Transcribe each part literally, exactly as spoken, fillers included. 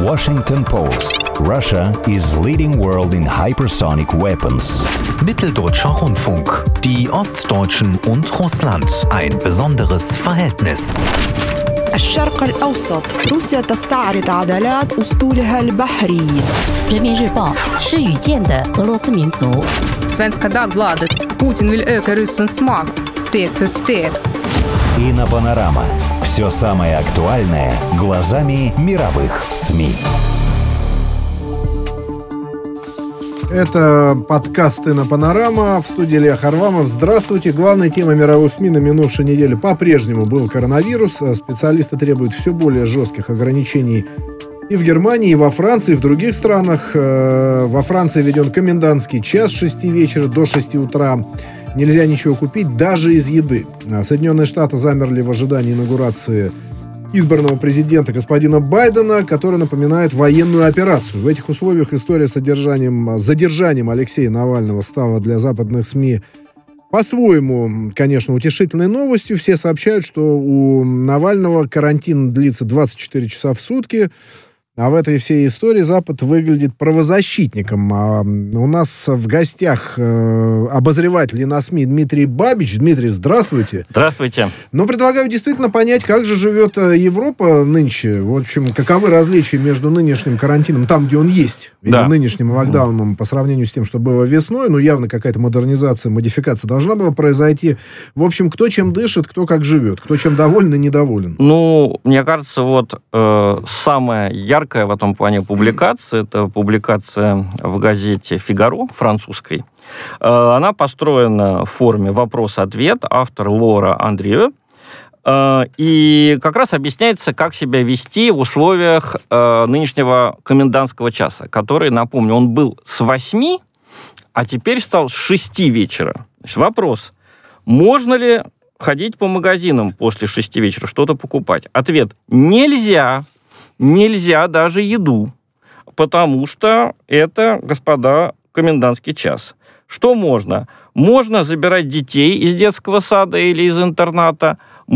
Washington Post. Russia is leading world in hypersonic weapons. Mitteldeutscher Rundfunk. Die Ostdeutschen und Russland. Ein besonderes Verhältnis. الشرق الأوسط. روسيا تستعرض عضلات أسطولها البحرية. 人民日报是语见的俄罗斯民族。 Svenska Dagbladet. Putin vill öka Rysslands makt steg för steg. Инопанорама. Все самое актуальное глазами мировых СМИ. Это подкаст «Инопанорама». В студии Илья Харламов. Здравствуйте. Главной темой мировых СМИ на минувшей неделе по-прежнему был коронавирус. Специалисты требуют все более жестких ограничений и в Германии, и во Франции, и в других странах. Во Франции введен комендантский час с шести вечера до шести утра. Нельзя ничего купить, даже из еды. Соединенные Штаты замерли в ожидании инаугурации избранного президента господина Байдена, который напоминает военную операцию. В этих условиях история с содержанием, задержанием Алексея Навального стала для западных СМИ по-своему, конечно, утешительной новостью. Все сообщают, что у Навального карантин длится двадцать четыре часа в сутки. А в этой всей истории Запад выглядит правозащитником. А у нас в гостях э, обозреватель на СМИ Дмитрий Бабич. Дмитрий, здравствуйте. Здравствуйте. Но предлагаю действительно понять, как же живет Европа нынче. В общем, каковы различия между нынешним карантином, там, где он есть, или да. нынешним локдауном по сравнению с тем, что было весной. Ну, явно какая-то модернизация, модификация должна была произойти. В общем, кто чем дышит, кто как живет, кто чем доволен и недоволен. Ну, мне кажется, вот э, самое яркое в этом плане публикация, это публикация в газете «Фигаро» французской. Она построена в форме вопрос-ответ, автор Лора Андриeu. И как раз объясняется, как себя вести в условиях нынешнего комендантского часа, который, напомню, он был с восьми, а теперь стал с шести вечера. Значит, вопрос, можно ли ходить по магазинам после шести вечера, что-то покупать? Ответ, нельзя. Нельзя даже еду, потому что это, господа, комендантский час. Что можно? Можно забирать детей из детского сада или из интерната.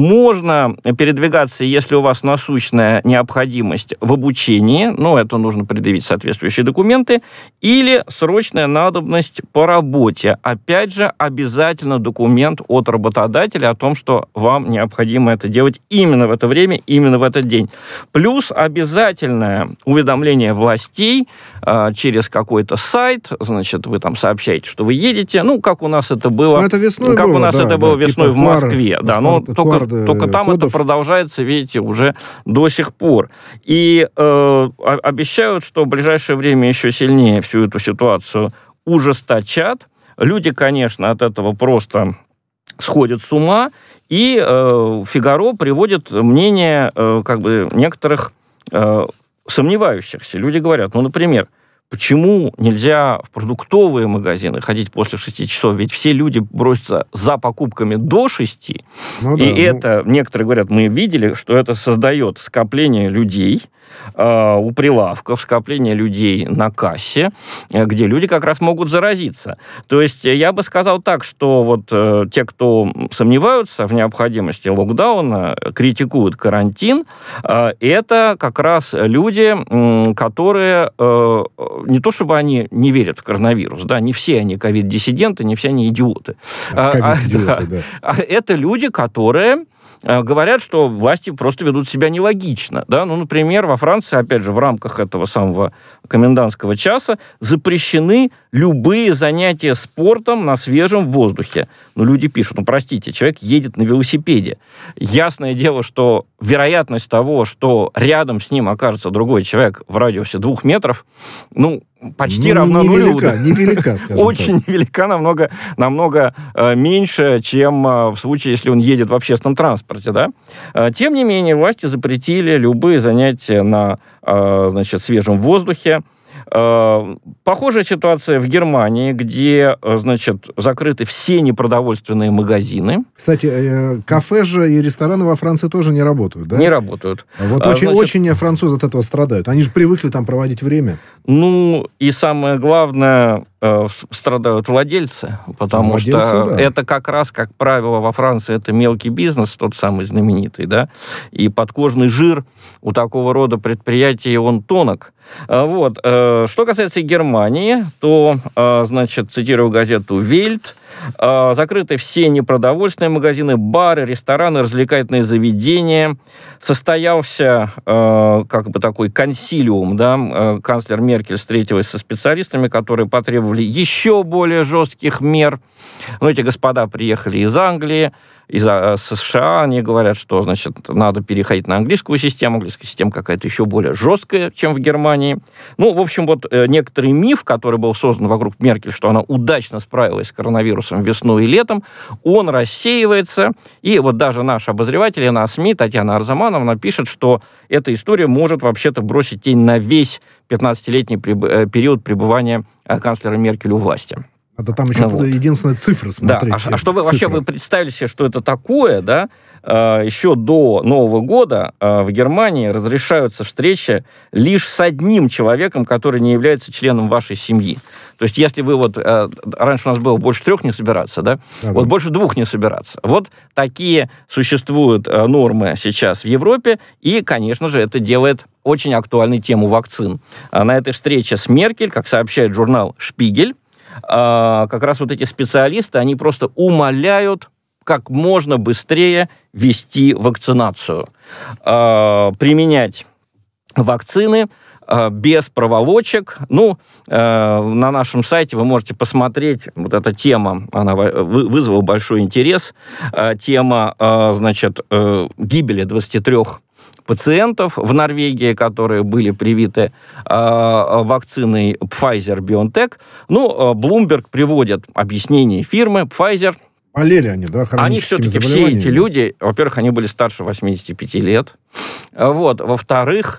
Можно передвигаться, если у вас насущная необходимость в обучении, ну, это нужно предъявить соответствующие документы, или срочная надобность по работе. Опять же, обязательно документ от работодателя о том, что вам необходимо это делать именно в это время, именно в этот день. Плюс обязательное уведомление властей э, через какой-то сайт, значит, вы там сообщаете, что вы едете, ну, как у нас это было, ну, это весной как было, у нас да, это было да, весной типа в Москве, квар, да, но квар, только, квар, только там кодов. это продолжается, видите, уже до сих пор. И э, обещают, что в ближайшее время еще сильнее всю эту ситуацию ужесточат. Люди, конечно, от этого просто сходят с ума, и э, «Фигаро» приводит мнение э, как бы некоторых э, сомневающихся. Люди говорят, ну, например, почему нельзя в продуктовые магазины ходить после шести часов? Ведь все люди бросятся за покупками до шести. Ну, да, и ну... это, некоторые говорят, мы видели, что это создает скопление людей э, у прилавков, скопление людей на кассе, э, где люди как раз могут заразиться. То есть я бы сказал так, что вот э, те, кто сомневаются в необходимости локдауна, критикуют карантин, э, это как раз люди, э, которые... Э, не то, чтобы они не верят в коронавирус, да, не все они ковид-диссиденты, не все они идиоты. Ковид-идиоты, а, да. да. Это люди, которые говорят, что власти просто ведут себя нелогично. Да? Ну, например, во Франции, опять же, в рамках этого самого комендантского часа запрещены любые занятия спортом на свежем воздухе. Ну, люди пишут, ну, простите, человек едет на велосипеде. Ясное дело, что вероятность того, что рядом с ним окажется другой человек в радиусе двух метров, ну, почти ну, равна нулю. Невелика, невелика, скажем Очень так. невелика, намного, намного э, меньше, чем э, в случае, если он едет в общественном транспорте, да. Э, тем не менее, власти запретили любые занятия на, э, значит, свежем воздухе. Похожая ситуация в Германии, где, значит, закрыты все непродовольственные магазины. Кстати, кафе же и рестораны во Франции тоже не работают, да? Не работают. Вот очень, значит, очень французы от этого страдают. Они же привыкли там проводить время. Ну, и самое главное, э, страдают владельцы, потому владельцы, что да. это как раз, как правило, во Франции это мелкий бизнес, тот самый знаменитый, да, и подкожный жир у такого рода предприятий, он тонок. Вот. Что касается Германии, то, значит, цитирую газету «Вельт», закрыты все непродовольственные магазины, бары, рестораны, развлекательные заведения. Состоялся э, как бы такой консилиум, да, канцлер Меркель встретилась со специалистами, которые потребовали еще более жестких мер. Но эти господа приехали из Англии, из США, они говорят, что, значит, надо переходить на английскую систему, английская система какая-то еще более жесткая, чем в Германии. Ну, в общем, вот некоторый миф, который был создан вокруг Меркель, что она удачно справилась с коронавирусом весной и летом, он рассеивается, и вот даже наш обозреватель на СМИ Татьяна Арзамановна пишет, что эта история может вообще-то бросить тень на весь пятнадцатилетний период пребывания канцлера Меркель у власти. Это там еще вот. Единственная цифра смотреть. Да. А, а что вы вообще вы представили себе, что это такое, да? Еще до Нового года в Германии разрешаются встречи лишь с одним человеком, который не является членом вашей семьи. То есть, если вы вот... Раньше у нас было больше трех не собираться, да? да вот да. больше двух не собираться. Вот такие существуют нормы сейчас в Европе, и, конечно же, это делает очень актуальной тему вакцин. На этой встрече с Меркель, как сообщает журнал «Шпигель», как раз вот эти специалисты, они просто умоляют как можно быстрее вести вакцинацию, применять вакцины без проволочек. Ну, на нашем сайте вы можете посмотреть, вот эта тема, она вызвала большой интерес, тема, значит, гибели двадцати трёх пациентов в Норвегии, которые были привиты э, вакциной Pfizer-BioNTech. Ну, Bloomberg приводит объяснение фирмы Pfizer. Болели они, да, хроническими Они все-таки, все эти люди, во-первых, они были старше восьмидесяти пяти лет. Вот. Во-вторых,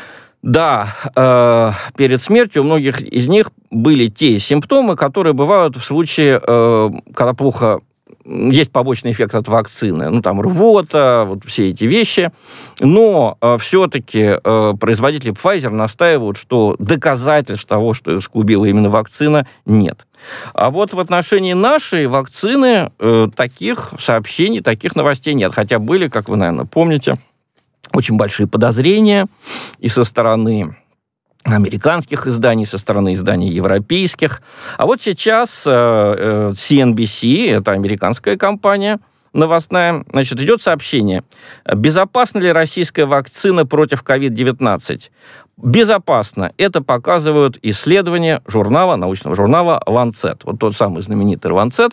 да, э, перед смертью у многих из них были те симптомы, которые бывают в случае, э, когда плохо... Есть побочный эффект от вакцины, ну, там, рвота, вот все эти вещи. Но э, все-таки э, производители Pfizer настаивают, что доказательств того, что их сгубила именно вакцина, нет. А вот в отношении нашей вакцины э, таких сообщений, таких новостей нет. Хотя были, как вы, наверное, помните, очень большие подозрения и со стороны американских изданий, со стороны изданий европейских. А вот сейчас э, си эн би си, это американская компания новостная, значит, идет сообщение. Безопасна ли российская вакцина против ковид девятнадцать? Безопасно. Это показывают исследования журнала, научного журнала Lancet. Вот тот самый знаменитый Lancet,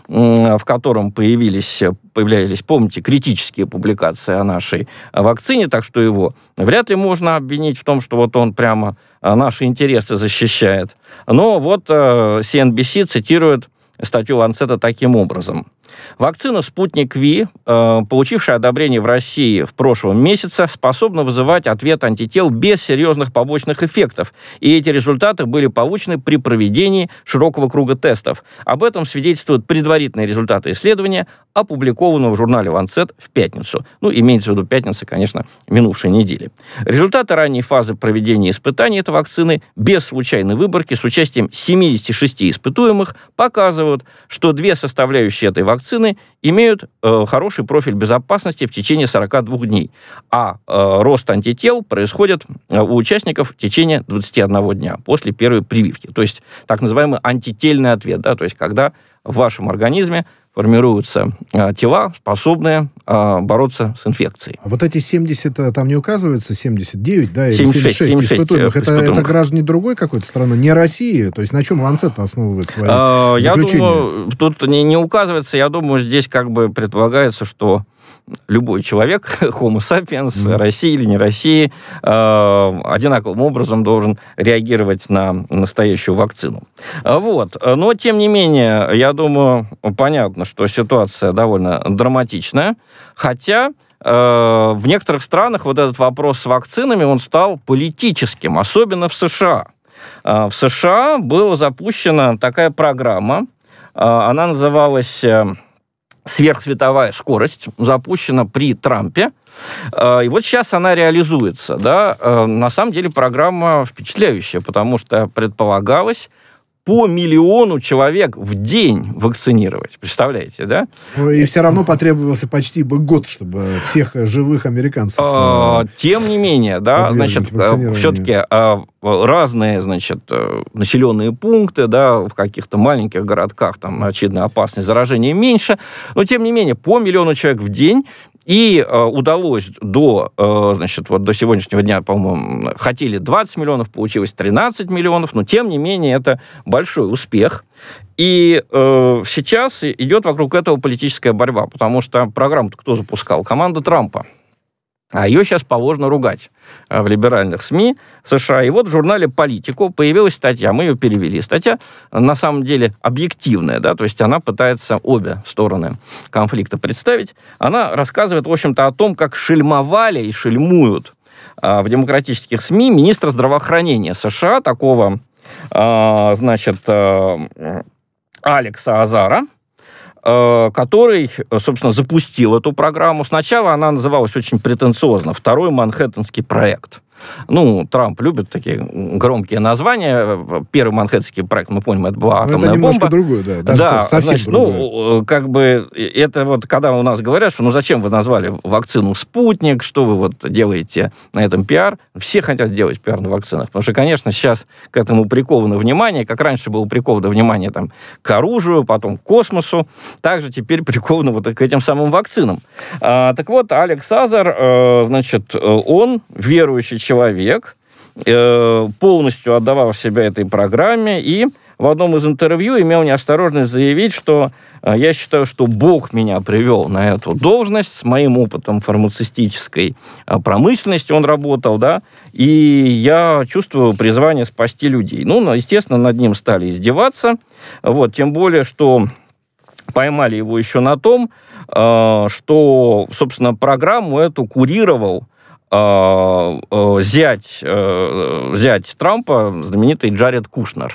в котором появились, появлялись, помните, критические публикации о нашей вакцине, так что его вряд ли можно обвинить в том, что вот он прямо наши интересы защищает. Но вот си эн би си цитирует статью Lancet таким образом. Вакцина «Спутник Ви», э, получившая одобрение в России в прошлом месяце, способна вызывать ответ антител без серьезных побочных эффектов. И эти результаты были получены при проведении широкого круга тестов. Об этом свидетельствуют предварительные результаты исследования, опубликованного в журнале Lancet в пятницу. Ну, имеется в виду пятница, конечно, минувшей недели. Результаты ранней фазы проведения испытаний этой вакцины без случайной выборки с участием семидесяти шести испытуемых показывают, что две составляющие этой вакцины имеют э, хороший профиль безопасности в течение сорока двух дней, а э, рост антител происходит э, у участников в течение двадцати одного дня после первой прививки. То есть так называемый антительный ответ, да, то есть когда в вашем организме формируются э, тела, способные э, бороться с инфекцией. А вот эти семьдесят, там не указывается, семьдесят девять, да, или семьдесят шесть, семьдесят шесть испытуемых. Это, испытуемых. Это граждане другой какой-то страны, не России? То есть на чем Lancet основывает свои э, заключения? Я думаю, тут не, не указывается, я думаю, здесь как бы предполагается, что любой человек, Homo sapiens, mm. России или не России, э, одинаковым образом должен реагировать на настоящую вакцину. Вот. Но, тем не менее, я думаю, понятно, что ситуация довольно драматичная, хотя э, в некоторых странах вот этот вопрос с вакцинами, он стал политическим, особенно в США. Э, в США была запущена такая программа, э, она называлась... «Сверхсветовая скорость», запущена при Трампе. И вот сейчас она реализуется. Да? На самом деле программа впечатляющая, потому что предполагалось по миллиону человек в день вакцинировать. Представляете, да? И все равно потребовался почти бы год, чтобы всех живых американцев... А, тем не менее, да, значит, все-таки разные, значит, населенные пункты, да, в каких-то маленьких городках, там, очевидно, опасность заражения меньше, но, тем не менее, по миллиону человек в день. И э, удалось до, э, значит, вот до сегодняшнего дня, по-моему, хотели двадцать миллионов, получилось тринадцать миллионов, но, тем не менее, это большой успех. И э, сейчас идет вокруг этого политическая борьба, потому что программу-то кто запускал? Команда Трампа. А ее сейчас положено ругать в либеральных СМИ США. И вот в журнале «Политико» появилась статья, мы ее перевели. Статья, на самом деле, объективная, да, то есть она пытается обе стороны конфликта представить. Она рассказывает, в общем-то, о том, как шельмовали и шельмуют а, в демократических СМИ министра здравоохранения США, такого, а, значит, а, Алекса Азара, который, собственно, запустил эту программу. Сначала она называлась очень претенциозно «Второй Манхэттенский проект». Ну, Трамп любит такие громкие названия. Первый Манхэттенский проект, мы помним, это была атомная бомба. Это немножко бомба. другое, да. Даже да, совсем значит, другое. Ну, как бы, это вот, когда у нас говорят, что ну зачем вы назвали вакцину «Спутник», что вы вот делаете на этом пиар? Все хотят делать пиар на вакцинах, потому что, конечно, сейчас к этому приковано внимание, как раньше было приковано внимание там, к оружию, потом к космосу, также теперь приковано вот к этим самым вакцинам. А, так вот, Алекс Азар, э, значит, он верующий человек, человек, э, полностью отдавал себя этой программе и в одном из интервью имел неосторожность заявить, что э, я считаю, что Бог меня привел на эту должность с моим опытом фармацевтической э, промышленности, он работал, да, и я чувствую призвание спасти людей. Ну, естественно, над ним стали издеваться, вот, тем более, что поймали его еще на том, э, что, собственно, программу эту курировал зять, зять Трампа, знаменитый Джаред Кушнер.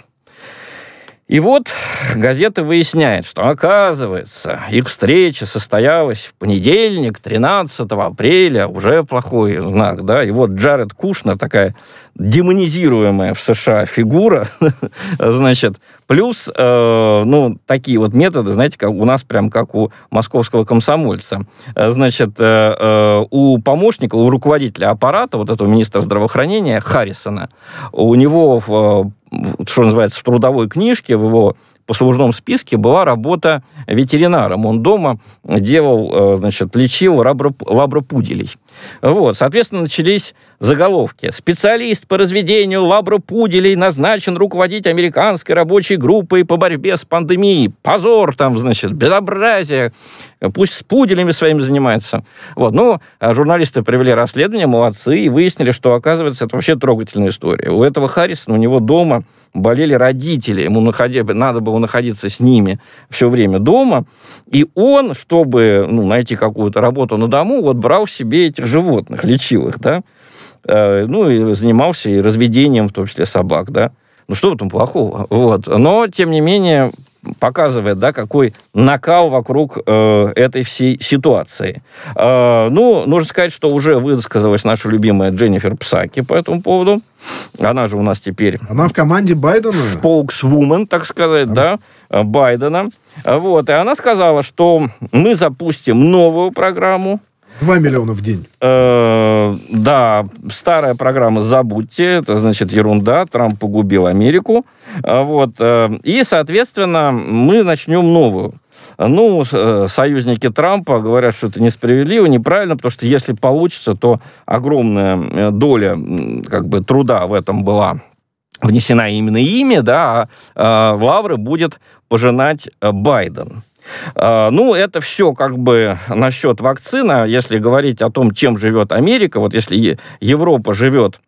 И вот газета выясняет, что, оказывается, их встреча состоялась в понедельник, тринадцатого апреля, уже плохой знак, да, и вот Джаред Кушнер, такая демонизируемая в США фигура, значит, плюс, э, ну, такие вот методы, знаете, как у нас прям как у московского комсомольца, значит, э, э, у помощника, у руководителя аппарата, вот этого министра здравоохранения Харрисона, у него в что называется, в трудовой книжке, в его послужном списке была работа ветеринаром. Он дома делал, значит, лечил лабропуделей. Вот, соответственно, начались заголовки. Специалист по разведению лабропуделей назначен руководить американской рабочей группой по борьбе с пандемией. Позор там, значит, безобразие. Пусть с пуделями своими занимается. Вот, ну, журналисты провели расследование, молодцы, и выяснили, что, оказывается, это вообще трогательная история. У этого Харрисона, у него дома болели родители, ему находи, надо было находиться с ними все время дома, и он, чтобы ну, найти какую-то работу на дому, вот брал себе этих животных, лечил их, да, э, ну, и занимался и разведением, в том числе собак, да. Ну, что в этом плохого? Вот. Но, тем не менее, показывает, да, какой накал вокруг э, этой всей ситуации. Э, ну, нужно сказать, что уже высказалась наша любимая Дженнифер Псаки по этому поводу. Она же у нас теперь... Она в команде Байдена? Spokeswoman, так сказать, да, да Байдена. Вот. И она сказала, что мы запустим новую программу. Два миллиона в день. Э, да, старая программа забудьте, это значит ерунда, Трамп погубил Америку. Вот, э, и, соответственно, мы начнем новую. Ну, союзники Трампа говорят, что это несправедливо, неправильно, потому что если получится, то огромная доля как бы, труда в этом была внесена именно ими, да, а в лавры будет пожинать Байден. Ну, это все как бы насчет вакцины. Если говорить о том, чем живет Америка, вот если Европа живет,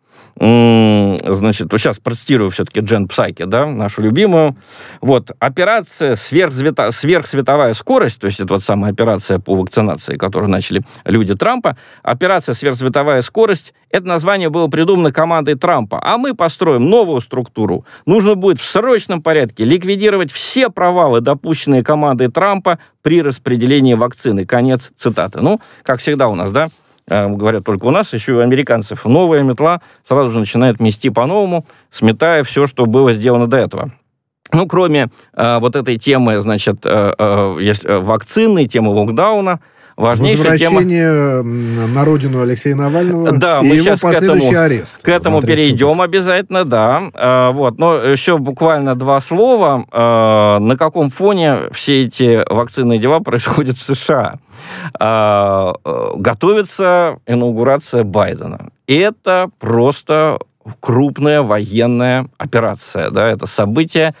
значит, вот сейчас процитирую все-таки Джен Псаки, да, нашу любимую. Вот, операция сверхсвета, сверхсветовая скорость, то есть это вот самая операция по вакцинации, которую начали люди Трампа, операция сверхсветовая скорость, это название было придумано командой Трампа, а мы построим новую структуру. Нужно будет в срочном порядке ликвидировать все провалы, допущенные командой Трампа при распределении вакцины. Конец цитаты. Ну, как всегда у нас, да, говорят только у нас, еще и у американцев. Новая метла сразу же начинает мести по-новому, сметая все, что было сделано до этого. Ну, кроме э, вот этой темы, значит, э, э, есть вакцинной, темы локдауна, важнейшая возвращение тема... на родину Алексея Навального да, и мы его последующий к этому, арест. К этому перейдем суток. Обязательно, да. Э, вот. Но еще буквально два слова. Э, на каком фоне все эти вакцинные дела происходят в США? Э, э, готовится инаугурация Байдена. Это просто крупная военная операция. Да? Это событие.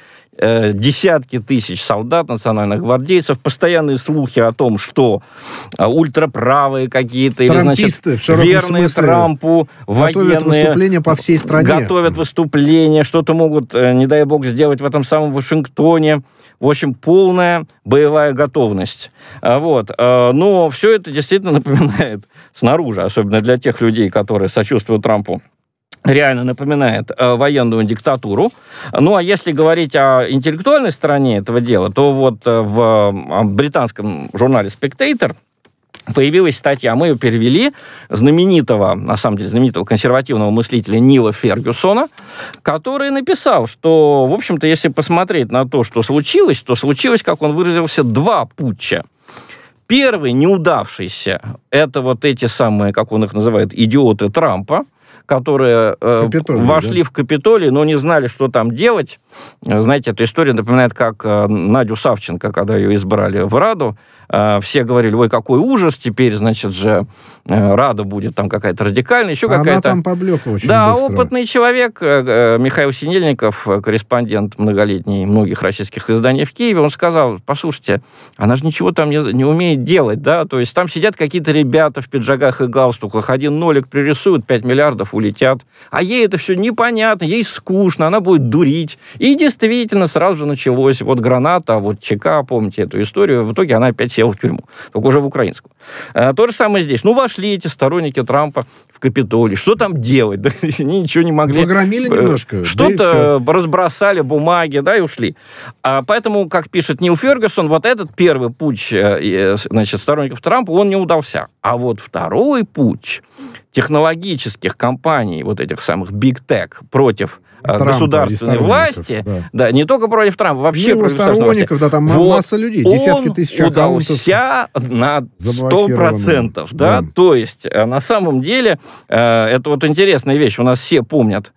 Десятки тысяч солдат, национальных гвардейцев, постоянные слухи о том, что ультраправые какие-то, или, значит, верные Трампу военные готовят выступления по всей стране. Готовят выступления, что-то могут, не дай бог, сделать в этом самом Вашингтоне. В общем, полная боевая готовность. Вот. Но все это действительно напоминает снаружи, особенно для тех людей, которые сочувствуют Трампу, реально напоминает э, военную диктатуру. Ну, а если говорить о интеллектуальной стороне этого дела, то вот э, в э, британском журнале «Spectator» появилась статья, мы ее перевели, знаменитого, на самом деле, знаменитого консервативного мыслителя Нила Фергюсона, который написал, что, в общем-то, если посмотреть на то, что случилось, то случилось, как он выразился, два путча. Первый, неудавшийся, это вот эти самые, как он их называет, идиоты Трампа, которые э, вошли да? в Капитолий, но не знали, что там делать. Знаете, эта история напоминает, как э, Надю Савченко, когда ее избрали в Раду, э, все говорили, ой, какой ужас, теперь, значит же, э, Рада будет там какая-то радикальная, еще а какая-то... Она там поблекла очень Да, быстро. Опытный человек, э, Михаил Синельников, корреспондент многолетний многих российских изданий в Киеве, он сказал, послушайте, она же ничего там не, не умеет делать, да, то есть там сидят какие-то ребята в пиджаках и галстуках, один нолик пририсуют, пять миллиардов улетят, а ей это все непонятно, ей скучно, она будет дурить. И действительно сразу же началось вот граната, вот ЧК, помните эту историю, в итоге она опять села в тюрьму, только уже в украинскую. А, то же самое здесь. Ну, вошли эти сторонники Трампа в Капитолий, что там делать? Да, они ничего не могли. Погромили немножко. Что-то да разбросали, бумаги, да, и ушли. А, поэтому, как пишет Нил Фергюсон, вот этот первый путч, значит, сторонников Трампа, он не удался. А вот второй путч технологических компаний, вот этих самых Big Tech, против Трампа, государственной власти, да. да, не только против Трампа, вообще против сторонников, да, там вот масса людей, десятки тысяч аккаунтов. Удался на сто процентов, да? Да, то есть, на самом деле, это вот интересная вещь, у нас все помнят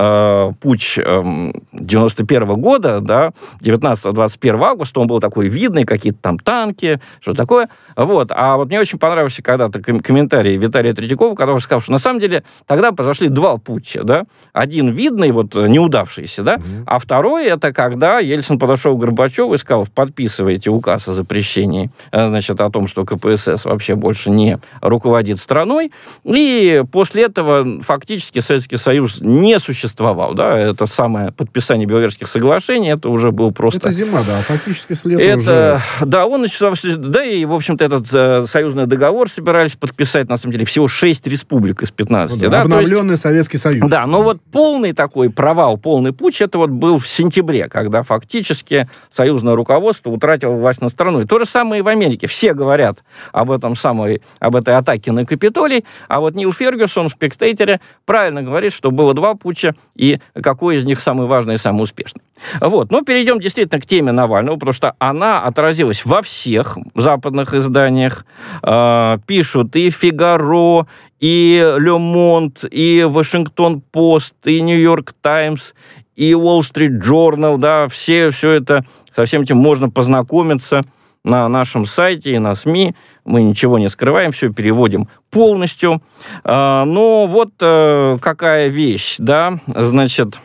путч девяносто первого года, да, девятнадцатого-двадцать первого августа, он был такой видный, какие-то там танки, что такое, вот, а вот мне очень понравился когда-то комментарий Виталия Третьякова, который сказал, что на самом деле тогда произошли два путча, да, один видный, вот, неудавшийся, да, mm-hmm. а второй, это когда Ельцин подошел к Горбачеву и сказал, подписывайте указ о запрещении, значит, о том, что ка пэ эс эс вообще больше не руководит страной, и после этого фактически Советский Союз не существовал существовал, да, это самое подписание Беловежских соглашений, это уже был просто... Это зима, да, фактически с лета это, уже... Да, он начал, да, и, в общем-то, этот э, союзный договор собирались подписать, на самом деле, всего шесть республик из пятнадцати. Ну, да, да, обновленный есть, Советский Союз. Да, но вот полный такой провал, полный путч, это вот был в сентябре, когда фактически союзное руководство утратило власть над страной. То же самое и в Америке. Все говорят об этом самой, об этой атаке на Капитолий, а вот Нил Фергюсон в «Спектейторе» правильно говорит, что было два путча, и какой из них самый важный и самый успешный. Вот. Ну, перейдем действительно к теме Навального, потому что она отразилась во всех западных изданиях. Э, пишут и «Фигаро», и «Ле Монт», и «Вашингтон-Пост», и «Нью-Йорк Таймс», и «Уолл Стрит Джорнал», да, все, все это, со всем этим можно познакомиться на нашем сайте и на СМИ. Мы ничего не скрываем, все переводим полностью. А, но вот а, какая вещь, да, значит,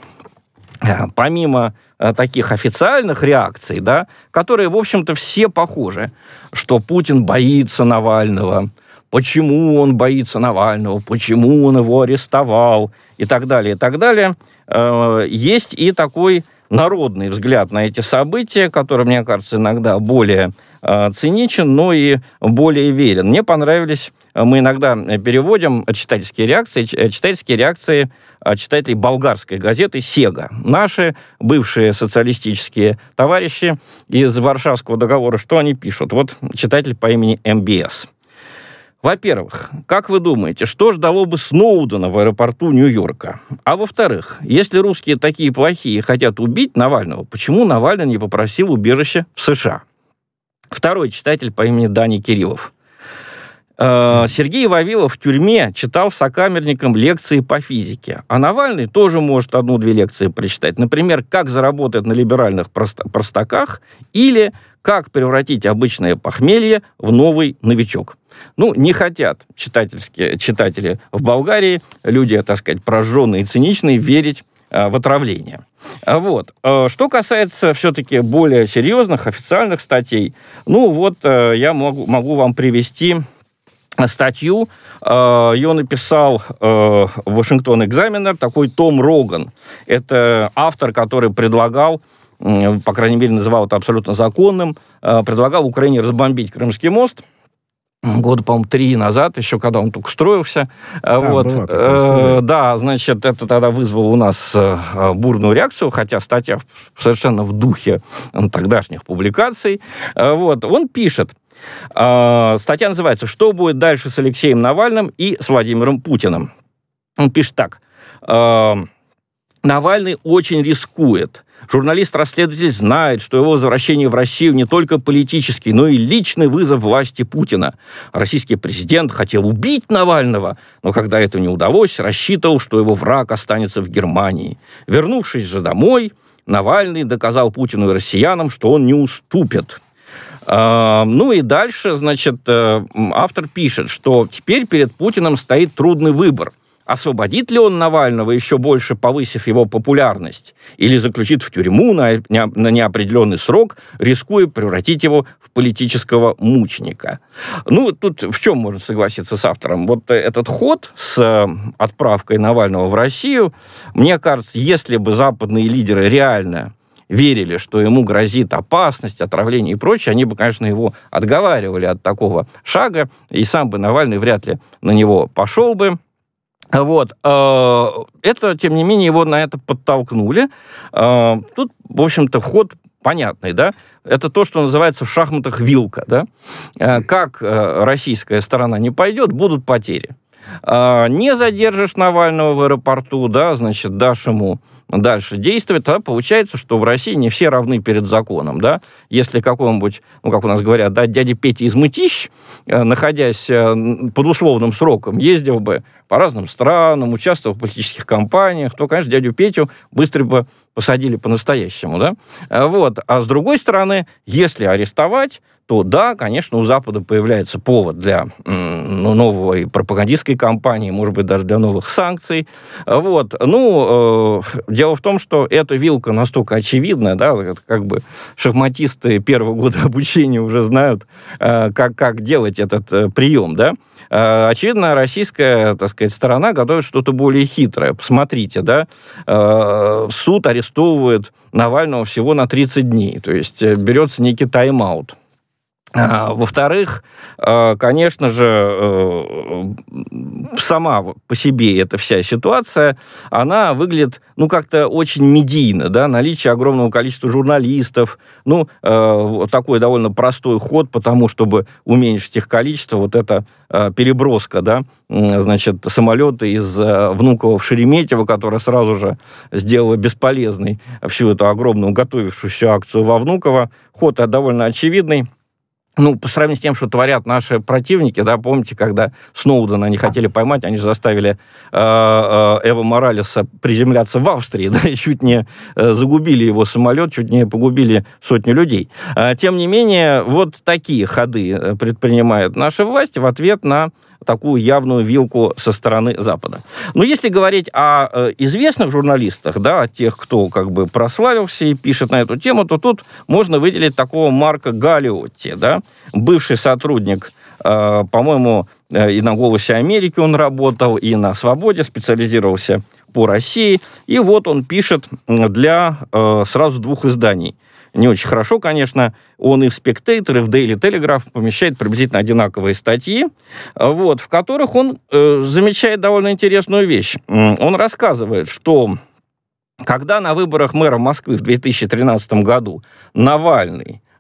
помимо а, таких официальных реакций, да, которые, в общем-то, все похожи, что Путин боится Навального, почему он боится Навального, почему он его арестовал и так далее, и так далее, а, есть и такой народный взгляд на эти события, который, мне кажется, иногда более э, циничен, но и более верен. Мне понравились, мы иногда переводим читательские реакции, читательские реакции читателей болгарской газеты «Сега». Наши бывшие социалистические товарищи из Варшавского договора, что они пишут? Вот читатель по имени эм би эс. Во-первых, как вы думаете, что ждало бы Сноудена в аэропорту Нью-Йорка? А во-вторых, если русские такие плохие и хотят убить Навального, почему Навальный не попросил убежище в США? Второй читатель по имени Дани Кириллов. Сергей Вавилов в тюрьме читал сокамерникам лекции по физике. А Навальный тоже может одну-две лекции прочитать. Например, «Как заработать на либеральных простаках» или «Как превратить обычное похмелье в новый новичок». Ну, не хотят читательские, читатели в Болгарии, люди, так сказать, прожженные и циничные, верить а, в отравление. А вот. А, что касается все-таки более серьезных официальных статей, ну вот а, я могу, могу вам привести статью. А, ее написал а, Вашингтон Экзаменер, такой Том Роган. Это автор, который предлагал, по крайней мере, называл это абсолютно законным, а, предлагал Украине разбомбить Крымский мост года, по-моему, три назад, еще когда он только строился. Да, вот. э, да, значит, это тогда вызвало у нас э, бурную реакцию, хотя статья совершенно в духе тогдашних публикаций. Э, вот. Он пишет, э, статья называется «Что будет дальше с Алексеем Навальным и с Владимиром Путиным?». Он пишет так. Э, Навальный очень рискует. Журналист-расследователь знает, что его возвращение в Россию не только политический, но и личный вызов власти Путина. Российский президент хотел убить Навального, но когда это не удалось, рассчитывал, что его враг останется в Германии. Вернувшись же домой, Навальный доказал Путину и россиянам, что он не уступит. Ну и дальше, значит, автор пишет, что теперь перед Путиным стоит трудный выбор. Освободит ли он Навального, еще больше повысив его популярность, или заключит в тюрьму на, на неопределенный срок, рискуя превратить его в политического мученика? Ну, тут в чем можно согласиться с автором? Вот этот ход с отправкой Навального в Россию, мне кажется, если бы западные лидеры реально верили, что ему грозит опасность, отравление и прочее, они бы, конечно, его отговаривали от такого шага, и сам бы Навальный вряд ли на него пошел бы. Вот. Это, тем не менее, его на это подтолкнули. Тут, в общем-то, ход понятный, да? Это то, что называется в шахматах вилка, да? Как российская сторона не пойдет, будут потери. Не задержишь Навального в аэропорту, да, значит, дашь ему дальше действовать, тогда получается, что в России не все равны перед законом, да. Если какому-нибудь, ну, как у нас говорят, да, дядя Петя из Мытищ, находясь под условным сроком, ездил бы по разным странам, участвовал в политических кампаниях, то, конечно, дядю Петю быстро бы посадили по-настоящему, да. Вот. А с другой стороны, если арестовать, то да, конечно, у Запада появляется повод для ну, новой пропагандистской кампании, может быть, даже для новых санкций. Вот. Ну, э, дело в том, что эта вилка настолько очевидная, да, как бы шахматисты первого года обучения уже знают, э, как, как делать этот э, прием, да. Э, очевидно, российская, так сказать, сторона готовит что-то более хитрое. Посмотрите, да, э, суд арестовывает Навального всего на тридцать дней, то есть берется некий тайм-аут. Во-вторых, конечно же, сама по себе эта вся ситуация, она выглядит, ну, как-то очень медийно, да, наличие огромного количества журналистов, ну, такой довольно простой ход, потому чтобы уменьшить их количество, вот эта переброска, да, значит, самолета из Внуково в Шереметьево, которая сразу же сделала бесполезной всю эту огромную готовившуюся акцию во Внуково, ход довольно очевидный. Ну, по сравнению с тем, что творят наши противники, да, помните, когда Сноудена не хотели поймать, они же заставили э, э, Эва Моралеса приземляться в Австрии, да, и чуть не э, загубили его самолет, чуть не погубили сотни людей. Э, тем не менее, вот такие ходы предпринимают наши власти в ответ на такую явную вилку со стороны Запада. Но если говорить о э, известных журналистах, да, о тех, кто как бы прославился и пишет на эту тему, то тут можно выделить такого Марка Галиотти, да, бывший сотрудник, э, по-моему, э, и на «Голосе Америки» он работал, и на «Свободе», специализировался по России. И вот он пишет для э, сразу двух изданий. Не очень хорошо, конечно. Он и в «Спектейтор», и в «Дейли Телеграф» помещает приблизительно одинаковые статьи, вот, в которых он э, замечает довольно интересную вещь. Он рассказывает, что когда на выборах мэра Москвы в две тысячи тринадцатом году Навальный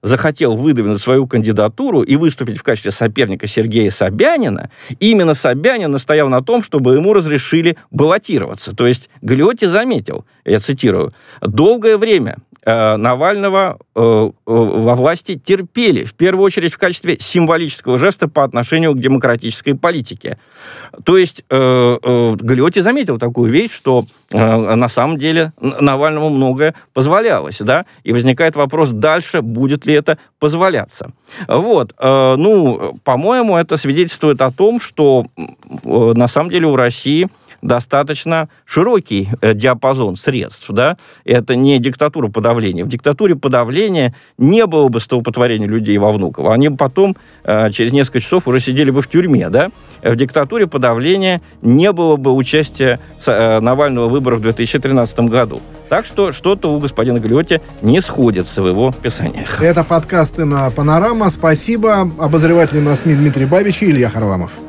захотел выдвинуть свою кандидатуру и выступить в качестве соперника Сергея Собянина, именно Собянин настоял на том, чтобы ему разрешили баллотироваться. То есть Галиотти заметил, я цитирую, «Долгое время э, Навального э, э, во власти терпели, в первую очередь в качестве символического жеста по отношению к демократической политике». То есть э, э, Галиотти заметил такую вещь, что э, на самом деле Навальному многое позволялось, да, и возникает вопрос, дальше будет ли это позволяться. Вот, э, ну, по-моему, это свидетельствует о том, что э, на самом деле у России достаточно широкий э, диапазон средств, да, это не диктатура подавления. В диктатуре подавления не было бы столпотворения людей во Внуково, они бы потом э, через несколько часов уже сидели бы в тюрьме, да. В диктатуре подавления не было бы участия э, Навального в выборах в две тысячи тринадцатом году. Так что что-то у господина Галиотти не сходится в его писаниях. Это подкасты на Панорама. Спасибо. Обозреватели на СМИ Дмитрий Бабич и Илья Харламов.